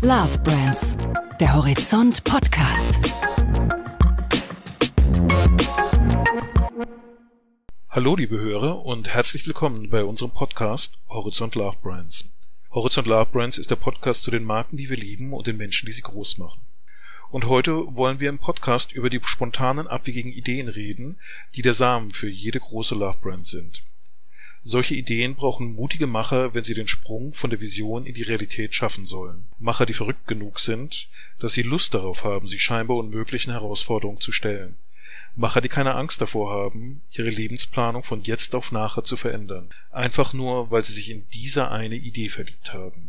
Love Brands, der Horizont Podcast. Hallo liebe Hörer und herzlich willkommen bei unserem Podcast Horizont Love Brands. Horizont Love Brands ist der Podcast zu den Marken, die wir lieben und den Menschen, die sie groß machen. Und heute wollen wir im Podcast über die spontanen, abwegigen Ideen reden, die der Samen für jede große Love Brand sind. Solche Ideen brauchen mutige Macher, wenn sie den Sprung von der Vision in die Realität schaffen sollen. Macher, die verrückt genug sind, dass sie Lust darauf haben, sich scheinbar unmöglichen Herausforderungen zu stellen. Macher, die keine Angst davor haben, ihre Lebensplanung von jetzt auf nachher zu verändern. Einfach nur, weil sie sich in diese eine Idee verliebt haben.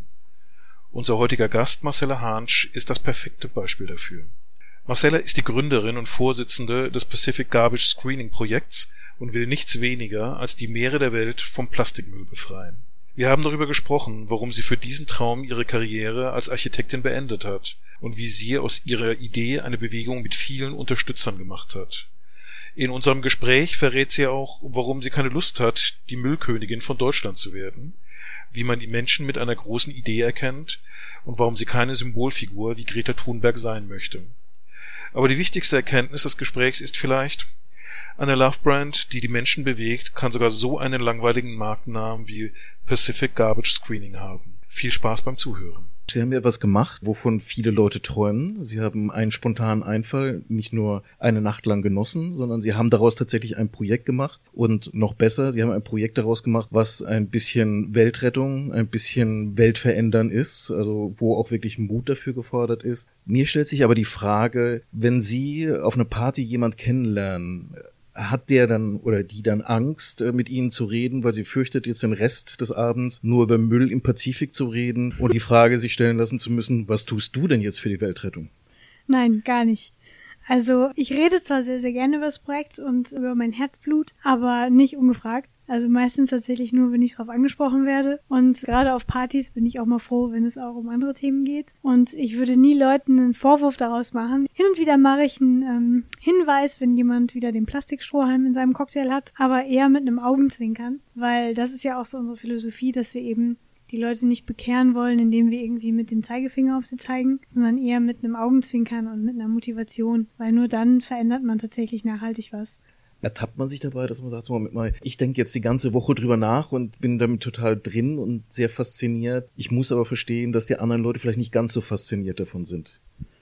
Unser heutiger Gast, Marcella Hansch, ist das perfekte Beispiel dafür. Marcella ist die Gründerin und Vorsitzende des Pacific Garbage Screening Projekts und will nichts weniger als die Meere der Welt vom Plastikmüll befreien. Wir haben darüber gesprochen, warum sie für diesen Traum ihre Karriere als Architektin beendet hat und wie sie aus ihrer Idee eine Bewegung mit vielen Unterstützern gemacht hat. In unserem Gespräch verrät sie auch, warum sie keine Lust hat, die Müllkönigin von Deutschland zu werden, wie man die Menschen mit einer großen Idee erkennt und warum sie keine Symbolfigur wie Greta Thunberg sein möchte. Aber die wichtigste Erkenntnis des Gesprächs ist vielleicht: Eine Love Brand, die die Menschen bewegt, kann sogar so einen langweiligen Markennamen wie Pacific Garbage Screening haben. Viel Spaß beim Zuhören. Sie haben ja etwas gemacht, wovon viele Leute träumen. Sie haben einen spontanen Einfall nicht nur eine Nacht lang genossen, sondern Sie haben daraus tatsächlich ein Projekt gemacht. Und noch besser, Sie haben ein Projekt daraus gemacht, was ein bisschen Weltrettung, ein bisschen Weltverändern ist, also wo auch wirklich Mut dafür gefordert ist. Mir stellt sich aber die Frage, wenn Sie auf einer Party jemand kennenlernen, hat der dann oder die dann Angst, mit ihnen zu reden, weil sie fürchtet, jetzt den Rest des Abends nur über Müll im Pazifik zu reden und die Frage sich stellen lassen zu müssen, was tust du denn jetzt für die Weltrettung? Nein, gar nicht. Also ich rede zwar sehr, sehr gerne über das Projekt und über mein Herzblut, aber nicht ungefragt. Also meistens tatsächlich nur, wenn ich darauf angesprochen werde. Und gerade auf Partys bin ich auch mal froh, wenn es auch um andere Themen geht. Und ich würde nie Leuten einen Vorwurf daraus machen. Hin und wieder mache ich einen Hinweis, wenn jemand wieder den Plastikstrohhalm in seinem Cocktail hat, aber eher mit einem Augenzwinkern. Weil das ist ja auch so unsere Philosophie, dass wir eben die Leute nicht bekehren wollen, indem wir irgendwie mit dem Zeigefinger auf sie zeigen, sondern eher mit einem Augenzwinkern und mit einer Motivation. Weil nur dann verändert man tatsächlich nachhaltig was. Ertappt man sich dabei, dass man sagt, so, Moment mal, ich denke jetzt die ganze Woche drüber nach und bin damit total drin und sehr fasziniert. Ich muss aber verstehen, dass die anderen Leute vielleicht nicht ganz so fasziniert davon sind.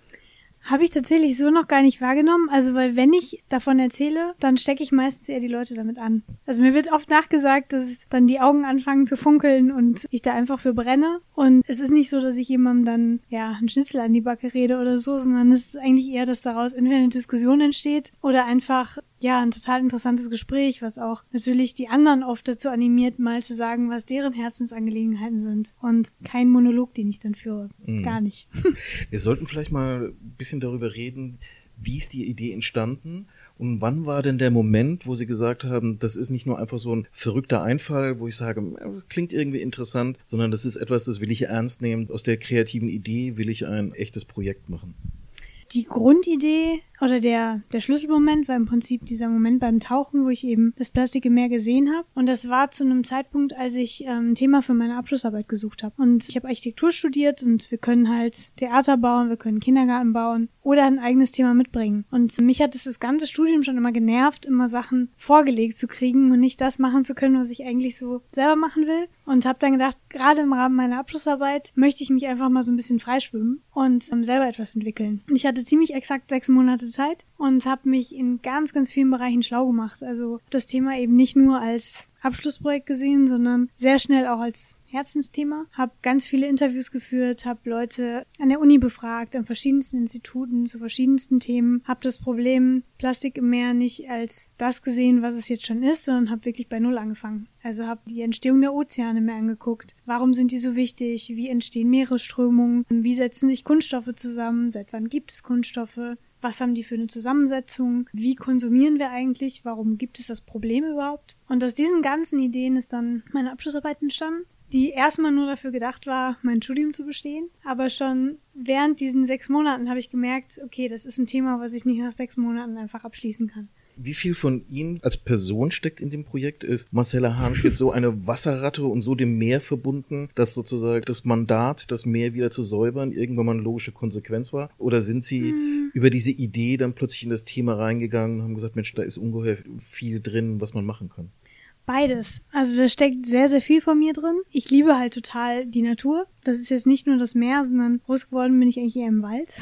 Habe ich tatsächlich so noch gar nicht wahrgenommen. Also, weil wenn ich davon erzähle, dann stecke ich meistens eher die Leute damit an. Also mir wird oft nachgesagt, dass dann die Augen anfangen zu funkeln und ich da einfach für brenne. Und es ist nicht so, dass ich jemandem dann, einen Schnitzel an die Backe rede oder so, sondern es ist eigentlich eher, dass daraus entweder eine Diskussion entsteht oder einfach ein total interessantes Gespräch, was auch natürlich die anderen oft dazu animiert, mal zu sagen, was deren Herzensangelegenheiten sind. Und kein Monolog, den ich dann führe. Gar nicht. Wir sollten vielleicht mal ein bisschen darüber reden, wie ist die Idee entstanden und wann war denn der Moment, wo Sie gesagt haben, das ist nicht nur einfach so ein verrückter Einfall, wo ich sage, das klingt irgendwie interessant, sondern das ist etwas, das will ich ernst nehmen. Aus der kreativen Idee will ich ein echtes Projekt machen. Die Grundidee oder der Schlüsselmoment war im Prinzip dieser Moment beim Tauchen, wo ich eben das Plastik im Meer gesehen habe. Und das war zu einem Zeitpunkt, als ich ein Thema für meine Abschlussarbeit gesucht habe. Und ich habe Architektur studiert und wir können halt Theater bauen, wir können Kindergarten bauen oder ein eigenes Thema mitbringen. Und mich hat es das ganze Studium schon immer genervt, immer Sachen vorgelegt zu kriegen und nicht das machen zu können, was ich eigentlich so selber machen will. Und habe dann gedacht, gerade im Rahmen meiner Abschlussarbeit möchte ich mich einfach mal so ein bisschen freischwimmen und selber etwas entwickeln. Und ich hatte ziemlich exakt 6 Monate Zeit und habe mich in ganz, ganz vielen Bereichen schlau gemacht. Also das Thema eben nicht nur als Abschlussprojekt gesehen, sondern sehr schnell auch als Herzensthema. Habe ganz viele Interviews geführt, habe Leute an der Uni befragt, an verschiedensten Instituten zu verschiedensten Themen. Habe das Problem Plastik im Meer nicht als das gesehen, was es jetzt schon ist, sondern habe wirklich bei Null angefangen. Also habe die Entstehung der Ozeane mir angeguckt. Warum sind die so wichtig? Wie entstehen Meeresströmungen? Wie setzen sich Kunststoffe zusammen? Seit wann gibt es Kunststoffe? Was haben die für eine Zusammensetzung? Wie konsumieren wir eigentlich? Warum gibt es das Problem überhaupt? Und aus diesen ganzen Ideen ist dann meine Abschlussarbeit entstanden, die erstmal nur dafür gedacht war, mein Studium zu bestehen. Aber schon während diesen 6 Monaten habe ich gemerkt, okay, das ist ein Thema, was ich nicht nach 6 Monaten einfach abschließen kann. Wie viel von Ihnen als Person steckt in dem Projekt? Ist Marcella Harnisch jetzt so eine Wasserratte und so dem Meer verbunden, dass sozusagen das Mandat, das Meer wieder zu säubern, irgendwann mal eine logische Konsequenz war? Oder sind Sie über diese Idee dann plötzlich in das Thema reingegangen und haben gesagt, Mensch, da ist ungeheuer viel drin, was man machen kann? Beides. Also da steckt sehr, sehr viel von mir drin. Ich liebe halt total die Natur. Das ist jetzt nicht nur das Meer, sondern groß geworden bin ich eigentlich eher im Wald.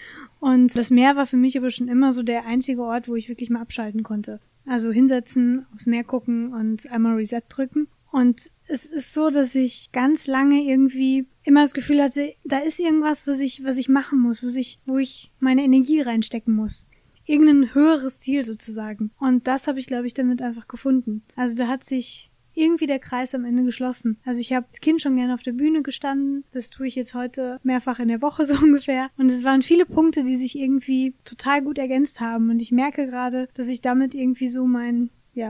Und das Meer war für mich aber schon immer so der einzige Ort, wo ich wirklich mal abschalten konnte. Also hinsetzen, aufs Meer gucken und einmal Reset drücken. Und es ist so, dass ich ganz lange irgendwie immer das Gefühl hatte, da ist irgendwas, was ich machen muss, wo ich meine Energie reinstecken muss. Irgendein höheres Ziel sozusagen. Und das habe ich, glaube ich, damit einfach gefunden. Also da hat sich irgendwie der Kreis am Ende geschlossen. Also ich habe als Kind schon gerne auf der Bühne gestanden. Das tue ich jetzt heute mehrfach in der Woche so ungefähr. Und es waren viele Punkte, die sich irgendwie total gut ergänzt haben. Und ich merke gerade, dass ich damit irgendwie so mein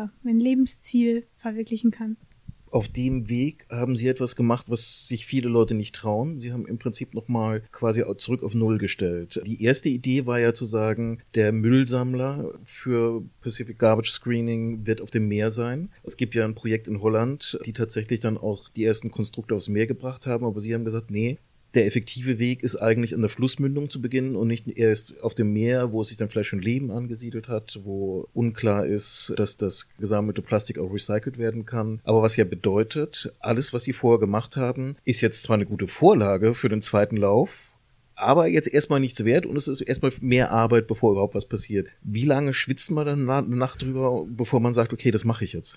Lebensziel verwirklichen kann. Auf dem Weg haben Sie etwas gemacht, was sich viele Leute nicht trauen. Sie haben im Prinzip nochmal quasi zurück auf Null gestellt. Die erste Idee war ja zu sagen, der Müllsammler für Pacific Garbage Screening wird auf dem Meer sein. Es gibt ja ein Projekt in Holland, die tatsächlich dann auch die ersten Konstrukte aufs Meer gebracht haben, aber Sie haben gesagt, nee, der effektive Weg ist eigentlich an der Flussmündung zu beginnen und nicht erst auf dem Meer, wo sich dann vielleicht schon Leben angesiedelt hat, wo unklar ist, dass das gesammelte Plastik auch recycelt werden kann. Aber was ja bedeutet, alles, was Sie vorher gemacht haben, ist jetzt zwar eine gute Vorlage für den zweiten Lauf, aber jetzt erstmal nichts wert und es ist erstmal mehr Arbeit, bevor überhaupt was passiert. Wie lange schwitzt man dann eine Nacht drüber, bevor man sagt, okay, das mache ich jetzt?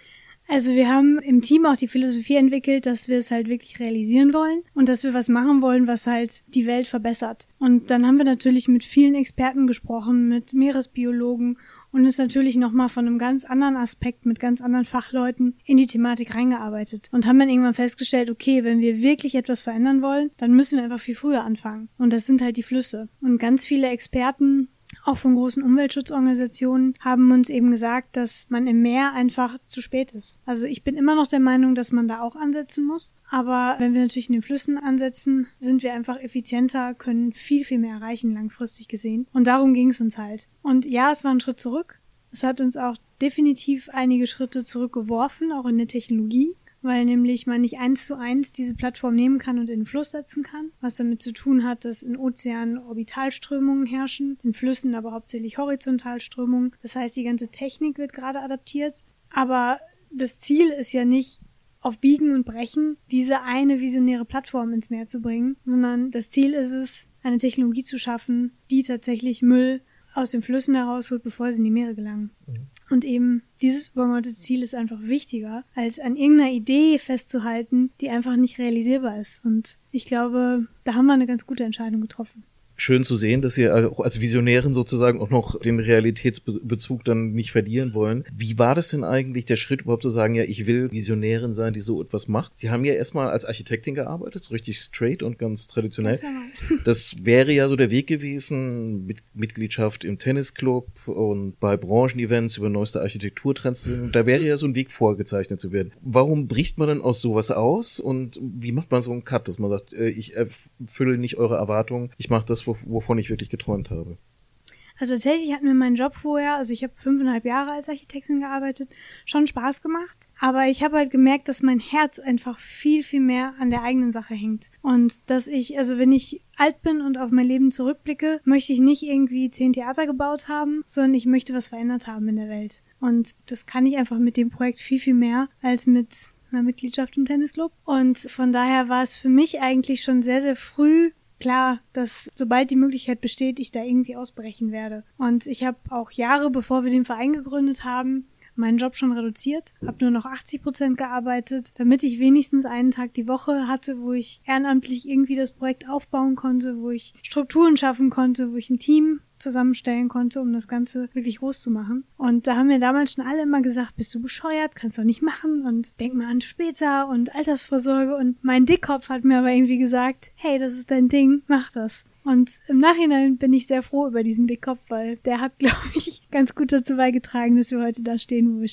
Also wir haben im Team auch die Philosophie entwickelt, dass wir es halt wirklich realisieren wollen und dass wir was machen wollen, was halt die Welt verbessert. Und dann haben wir natürlich mit vielen Experten gesprochen, mit Meeresbiologen und ist natürlich nochmal von einem ganz anderen Aspekt mit ganz anderen Fachleuten in die Thematik reingearbeitet und haben dann irgendwann festgestellt, okay, wenn wir wirklich etwas verändern wollen, dann müssen wir einfach viel früher anfangen. Und das sind halt die Flüsse. Und ganz viele Experten, auch von großen Umweltschutzorganisationen, haben uns eben gesagt, dass man im Meer einfach zu spät ist. Also ich bin immer noch der Meinung, dass man da auch ansetzen muss. Aber wenn wir natürlich in den Flüssen ansetzen, sind wir einfach effizienter, können viel, viel mehr erreichen, langfristig gesehen. Und darum ging es uns halt. Und ja, es war ein Schritt zurück. Es hat uns auch definitiv einige Schritte zurückgeworfen, auch in der Technologie, weil nämlich man nicht 1:1 diese Plattform nehmen kann und in den Fluss setzen kann, was damit zu tun hat, dass in Ozeanen Orbitalströmungen herrschen, in Flüssen aber hauptsächlich Horizontalströmungen. Das heißt, die ganze Technik wird gerade adaptiert, aber das Ziel ist ja nicht, auf Biegen und Brechen diese eine visionäre Plattform ins Meer zu bringen, sondern das Ziel ist es, eine Technologie zu schaffen, die tatsächlich Müll aus den Flüssen herausholt, bevor sie in die Meere gelangen. Und eben dieses übergeordnete Ziel ist einfach wichtiger, als an irgendeiner Idee festzuhalten, die einfach nicht realisierbar ist. Und ich glaube, da haben wir eine ganz gute Entscheidung getroffen. Schön zu sehen, dass Sie auch als Visionärin sozusagen auch noch den Realitätsbezug dann nicht verlieren wollen. Wie war das denn eigentlich, der Schritt überhaupt zu sagen, ja, ich will Visionärin sein, die so etwas macht? Sie haben ja erstmal als Architektin gearbeitet, so richtig straight und ganz traditionell. Das wäre ja so der Weg gewesen, mit Mitgliedschaft im Tennisclub und bei Branchenevents über neueste Architekturtrends. Da wäre ja so ein Weg vorgezeichnet zu werden. Warum bricht man dann aus sowas aus und wie macht man so einen Cut, dass man sagt, ich erfülle nicht eure Erwartungen, ich mache das, wovon ich wirklich geträumt habe? Also tatsächlich hat mir mein Job vorher, also ich habe 5,5 Jahre als Architektin gearbeitet, schon Spaß gemacht. Aber ich habe halt gemerkt, dass mein Herz einfach viel, viel mehr an der eigenen Sache hängt. Und dass ich, also wenn ich alt bin und auf mein Leben zurückblicke, möchte ich nicht irgendwie 10 Theater gebaut haben, sondern ich möchte was verändert haben in der Welt. Und das kann ich einfach mit dem Projekt viel, viel mehr als mit einer Mitgliedschaft im Tennisclub. Und von daher war es für mich eigentlich schon sehr, sehr früh klar, dass sobald die Möglichkeit besteht, ich da irgendwie ausbrechen werde. Und ich habe auch Jahre, bevor wir den Verein gegründet haben, meinen Job schon reduziert, habe nur noch 80% gearbeitet, damit ich wenigstens einen Tag die Woche hatte, wo ich ehrenamtlich irgendwie das Projekt aufbauen konnte, wo ich Strukturen schaffen konnte, wo ich ein Team zusammenstellen konnte, um das Ganze wirklich groß zu machen. Und da haben mir damals schon alle immer gesagt, bist du bescheuert, kannst doch nicht machen und denk mal an später und Altersvorsorge. Und mein Dickkopf hat mir aber irgendwie gesagt, hey, das ist dein Ding, mach das. Und im Nachhinein bin ich sehr froh über diesen Dickkopf, weil der hat, glaube ich, ganz gut dazu beigetragen, dass wir heute da stehen, wo wir stehen.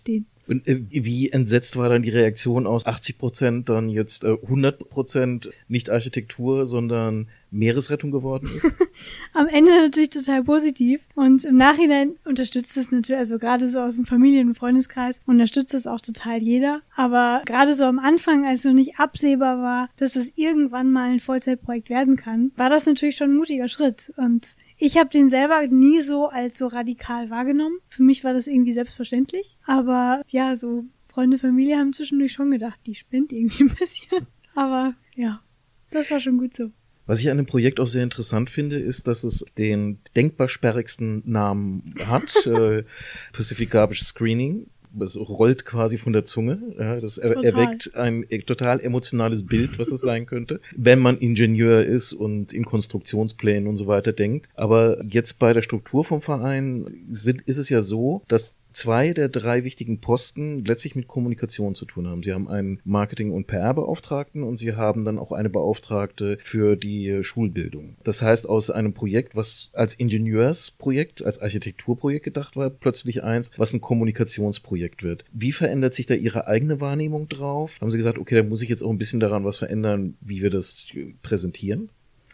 Und wie entsetzt war dann die Reaktion aus 80% dann jetzt 100% nicht Architektur, sondern Meeresrettung geworden ist? Am Ende natürlich total positiv und im Nachhinein unterstützt es natürlich, also gerade so aus dem Familien- und Freundeskreis unterstützt es auch total jeder, aber gerade so am Anfang, als noch nicht absehbar war, dass es irgendwann mal ein Vollzeitprojekt werden kann, war das natürlich schon ein mutiger Schritt und ich habe den selber nie so als so radikal wahrgenommen. Für mich war das irgendwie selbstverständlich, aber ja, so Freunde, Familie haben zwischendurch schon gedacht, die spinnt irgendwie ein bisschen, aber ja, das war schon gut so. Was ich an dem Projekt auch sehr interessant finde, ist, dass es den denkbar sperrigsten Namen hat, Pacific Garbage Screening. Das rollt quasi von der Zunge. Ja, das erweckt ein total emotionales Bild, was es sein könnte, wenn man Ingenieur ist und in Konstruktionsplänen und so weiter denkt. Aber jetzt bei der Struktur vom Verein ist es ja so, dass 2 der 3 wichtigen Posten letztlich mit Kommunikation zu tun haben. Sie haben einen Marketing- und PR-Beauftragten und sie haben dann auch eine Beauftragte für die Schulbildung. Das heißt, aus einem Projekt, was als Ingenieursprojekt, als Architekturprojekt gedacht war, plötzlich eins, was ein Kommunikationsprojekt wird. Wie verändert sich da Ihre eigene Wahrnehmung drauf? Haben Sie gesagt, okay, da muss ich jetzt auch ein bisschen daran was verändern, wie wir das präsentieren?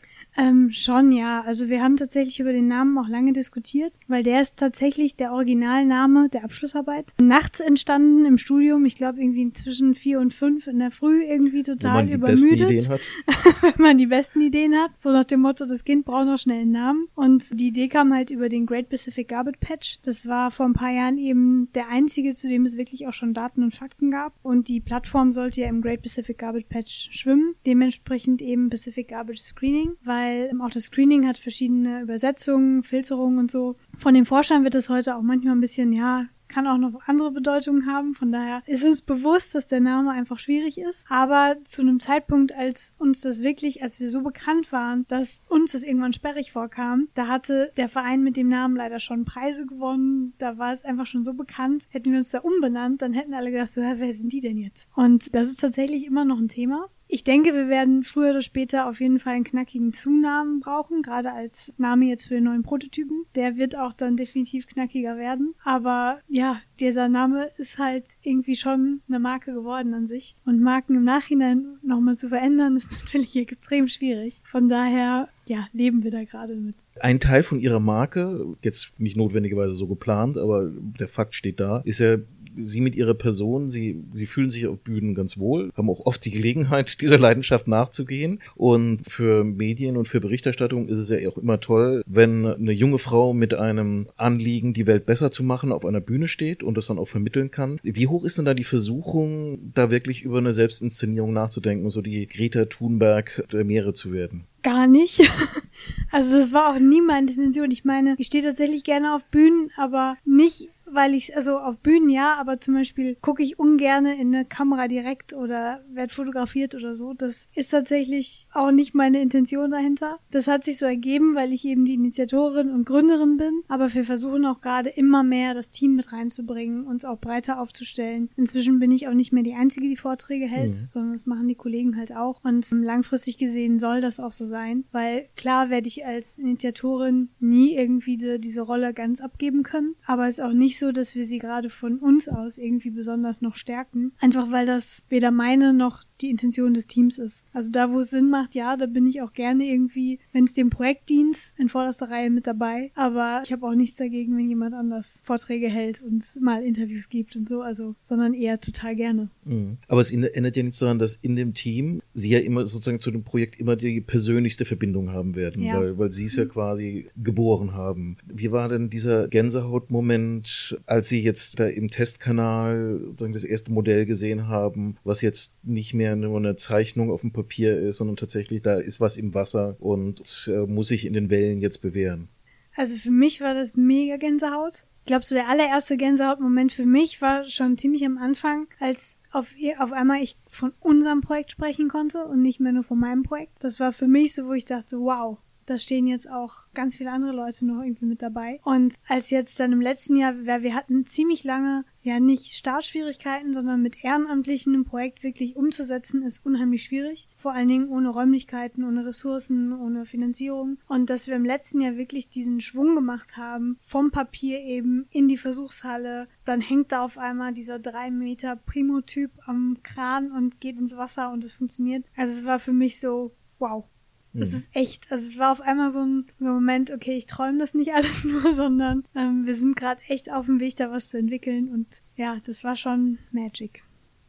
Schon, ja. Also wir haben tatsächlich über den Namen auch lange diskutiert, weil der ist tatsächlich der Originalname der Abschlussarbeit. Nachts entstanden im Studium, ich glaube irgendwie zwischen 4 und 5 in der Früh irgendwie total übermüdet. Wenn man die besten Ideen hat. Wenn man die besten Ideen hat. So nach dem Motto, das Kind braucht noch schnell einen Namen. Und die Idee kam halt über den Great Pacific Garbage Patch. Das war vor ein paar Jahren eben der einzige, zu dem es wirklich auch schon Daten und Fakten gab. Und die Plattform sollte ja im Great Pacific Garbage Patch schwimmen. Dementsprechend eben Pacific Garbage Screening, weil auch das Screening hat verschiedene Übersetzungen, Filterungen und so. Von den Forschern wird das heute auch manchmal ein bisschen, ja, kann auch noch andere Bedeutungen haben. Von daher ist uns bewusst, dass der Name einfach schwierig ist. Aber zu einem Zeitpunkt, als uns das wirklich, als wir so bekannt waren, dass uns das irgendwann sperrig vorkam, da hatte der Verein mit dem Namen leider schon Preise gewonnen. Da war es einfach schon so bekannt. Hätten wir uns da umbenannt, dann hätten alle gedacht, so, wer sind die denn jetzt? Und das ist tatsächlich immer noch ein Thema. Ich denke, wir werden früher oder später auf jeden Fall einen knackigen Zunamen brauchen, gerade als Name jetzt für den neuen Prototypen. Der wird auch dann definitiv knackiger werden. Aber ja, dieser Name ist halt irgendwie schon eine Marke geworden an sich. Und Marken im Nachhinein nochmal zu verändern, ist natürlich extrem schwierig. Von daher, ja, leben wir da gerade mit. Ein Teil von Ihrer Marke, jetzt nicht notwendigerweise so geplant, aber der Fakt steht da, ist ja Sie mit Ihrer Person, Sie fühlen sich auf Bühnen ganz wohl, haben auch oft die Gelegenheit, dieser Leidenschaft nachzugehen. Und für Medien und für Berichterstattung ist es ja auch immer toll, wenn eine junge Frau mit einem Anliegen, die Welt besser zu machen, auf einer Bühne steht und das dann auch vermitteln kann. Wie hoch ist denn da die Versuchung, da wirklich über eine Selbstinszenierung nachzudenken, so die Greta Thunberg der Meere zu werden? Gar nicht. Also das war auch nie meine Intention. Ich meine, ich stehe tatsächlich gerne auf Bühnen, aber nicht, weil ich, also auf Bühnen ja, aber zum Beispiel gucke ich ungerne in eine Kamera direkt oder werde fotografiert oder so. Das ist tatsächlich auch nicht meine Intention dahinter. Das hat sich so ergeben, weil ich eben die Initiatorin und Gründerin bin. Aber wir versuchen auch gerade immer mehr das Team mit reinzubringen, uns auch breiter aufzustellen. Inzwischen bin ich auch nicht mehr die Einzige, die Vorträge hält, sondern das machen die Kollegen halt auch. Und langfristig gesehen soll das auch so sein, weil klar werde ich als Initiatorin nie irgendwie diese Rolle ganz abgeben können, aber es ist auch nicht so, dass wir sie gerade von uns aus irgendwie besonders noch stärken, einfach weil das weder meine noch die Intention des Teams ist. Also da, wo es Sinn macht, ja, da bin ich auch gerne irgendwie, wenn es dem Projekt dient, in vorderster Reihe mit dabei, aber ich habe auch nichts dagegen, wenn jemand anders Vorträge hält und mal Interviews gibt und so, also, sondern eher total gerne. Aber es ändert ja nichts daran, dass in dem Team Sie ja immer sozusagen zu dem Projekt immer die persönlichste Verbindung haben werden, ja. weil Sie es ja quasi geboren haben. Wie war denn dieser Gänsehautmoment, als Sie jetzt da im Testkanal sozusagen das erste Modell gesehen haben, was jetzt nicht mehr nur eine Zeichnung auf dem Papier ist, sondern tatsächlich da ist was im Wasser und muss sich in den Wellen jetzt bewähren? Also für mich war das mega Gänsehaut. Ich glaube, so der allererste Gänsehautmoment für mich war schon ziemlich am Anfang, als auf einmal ich von unserem Projekt sprechen konnte und nicht mehr nur von meinem Projekt. Das war für mich so, wo ich dachte, wow, da stehen jetzt auch ganz viele andere Leute noch irgendwie mit dabei. Und als jetzt dann im letzten Jahr, wir hatten ziemlich lange, ja nicht Startschwierigkeiten, sondern mit Ehrenamtlichen ein Projekt wirklich umzusetzen, ist unheimlich schwierig. Vor allen Dingen ohne Räumlichkeiten, ohne Ressourcen, ohne Finanzierung. Und dass wir im letzten Jahr wirklich diesen Schwung gemacht haben, vom Papier eben in die Versuchshalle, dann hängt da auf einmal dieser 3 Meter Primo-Typ am Kran und geht ins Wasser und es funktioniert. Also es war für mich so, wow. Das ist echt, also es war auf einmal so ein Moment, okay, ich träume das nicht alles nur, sondern wir sind gerade echt auf dem Weg, da was zu entwickeln und ja, das war schon Magic.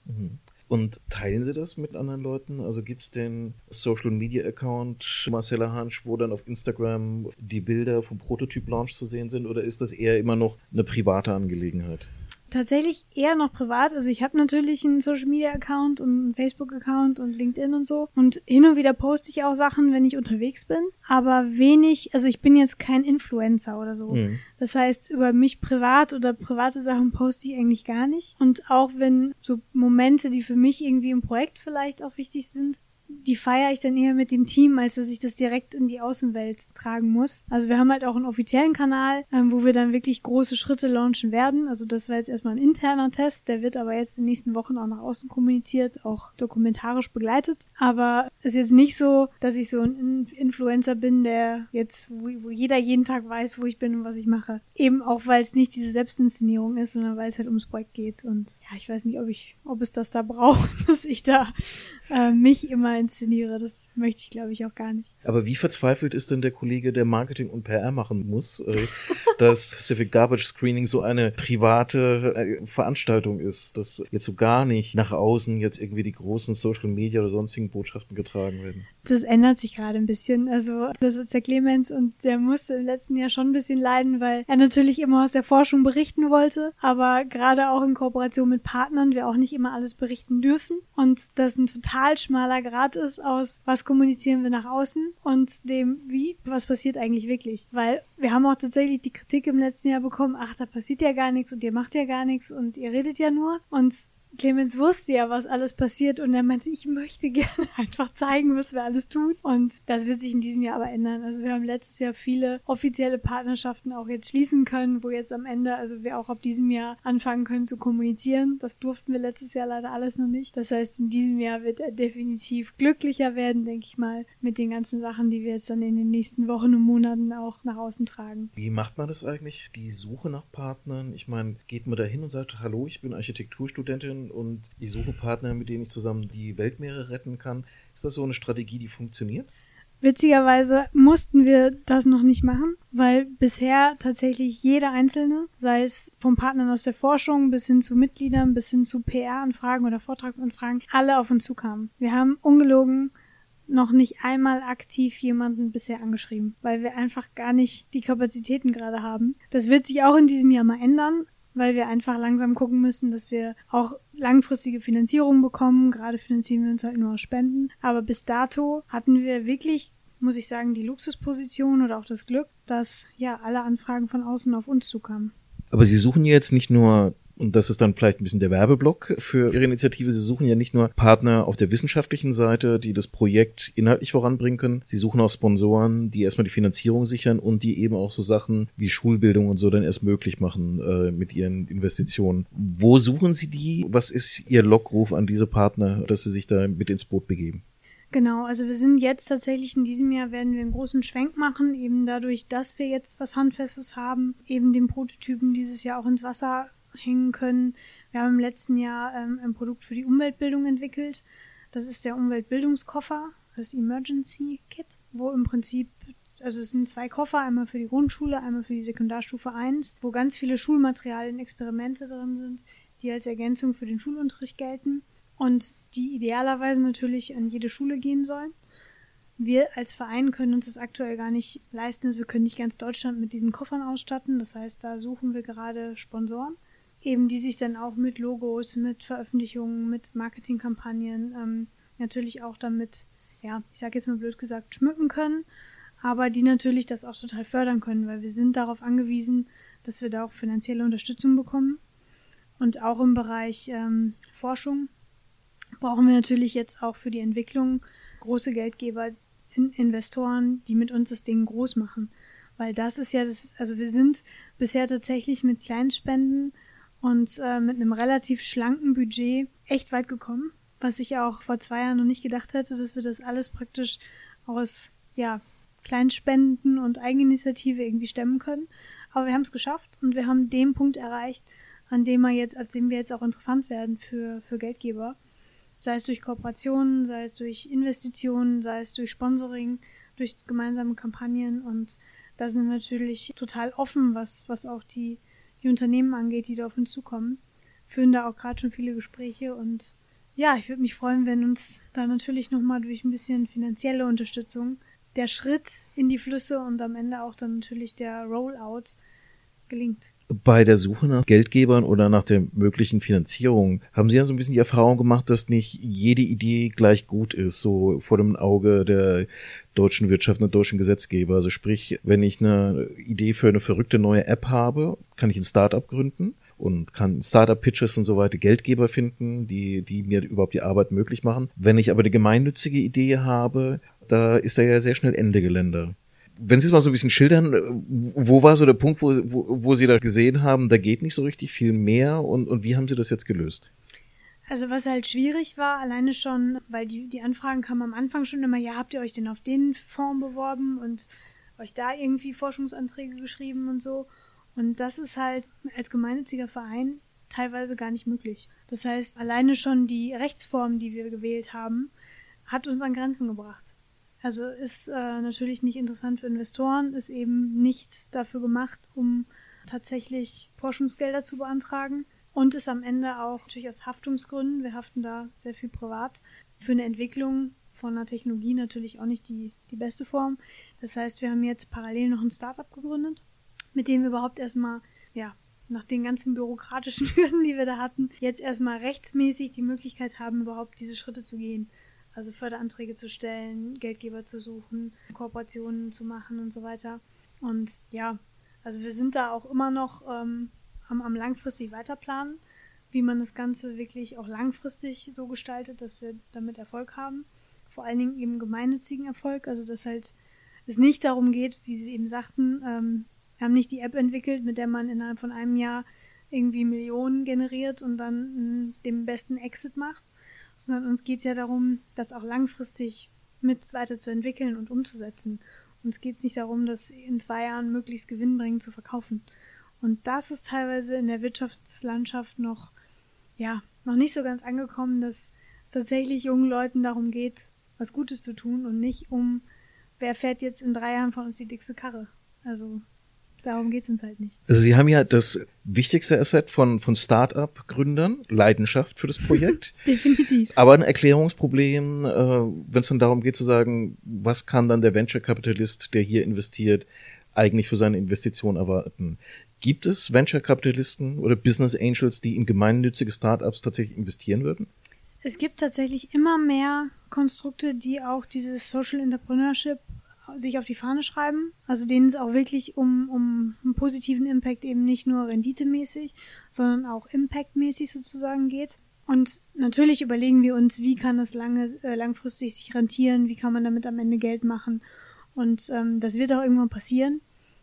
Und teilen Sie das mit anderen Leuten? Also gibt's den Social-Media-Account Marcella Hansch, wo dann auf Instagram die Bilder vom Prototyp-Launch zu sehen sind, oder ist das eher immer noch eine private Angelegenheit? Tatsächlich eher noch privat. Also ich habe natürlich einen Social-Media-Account und einen Facebook-Account und LinkedIn und so. Und hin und wieder poste ich auch Sachen, wenn ich unterwegs bin. Aber wenig, also ich bin jetzt kein Influencer oder so. Das heißt, über mich privat oder private Sachen poste ich eigentlich gar nicht. Und auch wenn so Momente, die für mich irgendwie im Projekt vielleicht auch wichtig sind, die feiere ich dann eher mit dem Team, als dass ich das direkt in die Außenwelt tragen muss. Also wir haben halt auch einen offiziellen Kanal, wo wir dann wirklich große Schritte launchen werden. Also das war jetzt erstmal ein interner Test, der wird aber jetzt in den nächsten Wochen auch nach außen kommuniziert, auch dokumentarisch begleitet. Aber es ist jetzt nicht so, dass ich so ein Influencer bin, der jetzt, wo jeder jeden Tag weiß, wo ich bin und was ich mache. Eben auch, weil es nicht diese Selbstinszenierung ist, sondern weil es halt ums Projekt geht. Und ja, ich weiß nicht, ob es das da braucht, dass ich da mich immer inszeniere. Das möchte ich, glaube ich, auch gar nicht. Aber wie verzweifelt ist denn der Kollege, der Marketing und PR machen muss, dass Pacific Garbage Screening so eine private Veranstaltung ist, dass jetzt so gar nicht nach außen jetzt irgendwie die großen Social Media oder sonstigen Botschaften getragen werden? Das ändert sich gerade ein bisschen. Also das ist der Clemens und der musste im letzten Jahr schon ein bisschen leiden, weil er natürlich immer aus der Forschung berichten wollte, aber gerade auch in Kooperation mit Partnern wir auch nicht immer alles berichten dürfen und das ein total schmaler Grad ist aus, was kommunizieren wir nach außen und dem, was passiert eigentlich wirklich. Weil wir haben auch tatsächlich die Kritik im letzten Jahr bekommen, ach, da passiert ja gar nichts und ihr macht ja gar nichts und ihr redet ja nur. Und Clemens wusste ja, was alles passiert und er meinte, ich möchte gerne einfach zeigen, was wir alles tun. Und das wird sich in diesem Jahr aber ändern. Also wir haben letztes Jahr viele offizielle Partnerschaften auch jetzt schließen können, wo jetzt am Ende, also wir auch ab diesem Jahr anfangen können zu kommunizieren. Das durften wir letztes Jahr leider alles noch nicht. Das heißt, in diesem Jahr wird er definitiv glücklicher werden, denke ich mal, mit den ganzen Sachen, die wir jetzt dann in den nächsten Wochen und Monaten auch nach außen tragen. Wie macht man das eigentlich? Die Suche nach Partnern? Ich meine, geht man da hin und sagt, hallo, ich bin Architekturstudentin und ich suche Partner, mit denen ich zusammen die Weltmeere retten kann. Ist das so eine Strategie, die funktioniert? Witzigerweise mussten wir das noch nicht machen, weil bisher tatsächlich jeder Einzelne, sei es vom Partnern aus der Forschung bis hin zu Mitgliedern, bis hin zu PR-Anfragen oder Vortragsanfragen, alle auf uns zukamen. Wir haben ungelogen noch nicht einmal aktiv jemanden bisher angeschrieben, weil wir einfach gar nicht die Kapazitäten gerade haben. Das wird sich auch in diesem Jahr mal ändern, weil wir einfach langsam gucken müssen, dass wir auch langfristige Finanzierung bekommen. Gerade finanzieren wir uns halt nur aus Spenden. Aber bis dato hatten wir wirklich, muss ich sagen, die Luxusposition oder auch das Glück, dass ja alle Anfragen von außen auf uns zukamen. Aber Sie suchen ja jetzt nicht nur, und das ist dann vielleicht ein bisschen der Werbeblock für Ihre Initiative, Sie suchen ja nicht nur Partner auf der wissenschaftlichen Seite, die das Projekt inhaltlich voranbringen können, Sie suchen auch Sponsoren, die erstmal die Finanzierung sichern und die eben auch so Sachen wie Schulbildung und so dann erst möglich machen mit ihren Investitionen. Wo suchen Sie die? Was ist Ihr Lockruf an diese Partner, dass Sie sich da mit ins Boot begeben? Genau, also wir sind jetzt tatsächlich in diesem Jahr werden wir einen großen Schwenk machen, eben dadurch, dass wir jetzt was Handfestes haben, eben den Prototypen dieses Jahr auch ins Wasser hängen können. Wir haben im letzten Jahr ein Produkt für die Umweltbildung entwickelt. Das ist der Umweltbildungskoffer, das Emergency Kit, wo im Prinzip, also es sind 2 Koffer, einmal für die Grundschule, einmal für die Sekundarstufe 1, wo ganz viele Schulmaterialien, Experimente drin sind, die als Ergänzung für den Schulunterricht gelten und die idealerweise natürlich an jede Schule gehen sollen. Wir als Verein können uns das aktuell gar nicht leisten, also wir können nicht ganz Deutschland mit diesen Koffern ausstatten. Das heißt, da suchen wir gerade Sponsoren, eben die sich dann auch mit Logos, mit Veröffentlichungen, mit Marketingkampagnen natürlich auch damit, ja, ich sage jetzt mal blöd gesagt, schmücken können, aber die natürlich das auch total fördern können, weil wir sind darauf angewiesen, dass wir da auch finanzielle Unterstützung bekommen. Und auch im Bereich Forschung brauchen wir natürlich jetzt auch für die Entwicklung große Geldgeber, Investoren, die mit uns das Ding groß machen. Weil das ist ja also wir sind bisher tatsächlich mit Kleinspenden und mit einem relativ schlanken Budget echt weit gekommen, was ich auch vor 2 Jahren noch nicht gedacht hätte, dass wir das alles praktisch aus Kleinspenden und Eigeninitiative irgendwie stemmen können. Aber wir haben es geschafft und wir haben den Punkt erreicht, an dem wir jetzt auch interessant werden für Geldgeber. Sei es durch Kooperationen, sei es durch Investitionen, sei es durch Sponsoring, durch gemeinsame Kampagnen. Und da sind wir natürlich total offen, was auch die Unternehmen angeht, die da auf uns zukommen. Führen da auch gerade schon viele Gespräche. Und ja, ich würde mich freuen, wenn uns da natürlich nochmal durch ein bisschen finanzielle Unterstützung der Schritt in die Flüsse und am Ende auch dann natürlich der Rollout gelingt. Bei der Suche nach Geldgebern oder nach der möglichen Finanzierung haben Sie ja so ein bisschen die Erfahrung gemacht, dass nicht jede Idee gleich gut ist, so vor dem Auge der deutschen Wirtschaft und der deutschen Gesetzgeber. Also sprich, wenn ich eine Idee für eine verrückte neue App habe, kann ich ein Startup gründen und kann Startup-Pitches und so weiter, Geldgeber finden, die mir überhaupt die Arbeit möglich machen. Wenn ich aber eine gemeinnützige Idee habe, da ist da ja sehr schnell Ende Gelände. Wenn Sie es mal so ein bisschen schildern, wo war so der Punkt, wo Sie da gesehen haben, da geht nicht so richtig viel mehr und wie haben Sie das jetzt gelöst? Also was halt schwierig war, alleine schon, weil die Anfragen kamen am Anfang schon immer, ja, habt ihr euch denn auf den Fonds beworben und euch da irgendwie Forschungsanträge geschrieben und so. Und das ist halt als gemeinnütziger Verein teilweise gar nicht möglich. Das heißt, alleine schon die Rechtsform, die wir gewählt haben, hat uns an Grenzen gebracht. Also ist natürlich nicht interessant für Investoren, ist eben nicht dafür gemacht, um tatsächlich Forschungsgelder zu beantragen und ist am Ende auch natürlich aus Haftungsgründen, wir haften da sehr viel privat, für eine Entwicklung von einer Technologie natürlich auch nicht die beste Form. Das heißt, wir haben jetzt parallel noch ein Startup gegründet, mit dem wir überhaupt erstmal, nach den ganzen bürokratischen Hürden, die wir da hatten, jetzt erstmal rechtsmäßig die Möglichkeit haben, überhaupt diese Schritte zu gehen. Also Förderanträge zu stellen, Geldgeber zu suchen, Kooperationen zu machen und so weiter. Und ja, also wir sind da auch immer noch am langfristig weiterplanen, wie man das Ganze wirklich auch langfristig so gestaltet, dass wir damit Erfolg haben. Vor allen Dingen eben gemeinnützigen Erfolg, also dass halt es nicht darum geht, wie Sie eben sagten, wir haben nicht die App entwickelt, mit der man innerhalb von einem Jahr irgendwie Millionen generiert und dann den besten Exit macht, sondern uns geht es ja darum, das auch langfristig mit weiterzuentwickeln und umzusetzen. Uns geht es nicht darum, das in 2 Jahren möglichst gewinnbringend zu verkaufen. Und das ist teilweise in der Wirtschaftslandschaft noch nicht so ganz angekommen, dass es tatsächlich jungen Leuten darum geht, was Gutes zu tun und nicht um, wer fährt jetzt in 3 Jahren von uns die dickste Karre. Also darum geht es uns halt nicht. Also Sie haben ja das wichtigste Asset von Start-up-Gründern, Leidenschaft für das Projekt. Definitiv. Aber ein Erklärungsproblem, wenn es dann darum geht zu sagen, was kann dann der Venture-Kapitalist, der hier investiert, eigentlich für seine Investition erwarten? Gibt es Venture-Kapitalisten oder Business Angels, die in gemeinnützige Start-ups tatsächlich investieren würden? Es gibt tatsächlich immer mehr Konstrukte, die auch dieses Social Entrepreneurship sich auf die Fahne schreiben, also denen es auch wirklich um einen positiven Impact eben nicht nur renditemäßig, sondern auch impactmäßig sozusagen geht. Und natürlich überlegen wir uns, wie kann das langfristig sich rentieren, wie kann man damit am Ende Geld machen. Und das wird auch irgendwann passieren.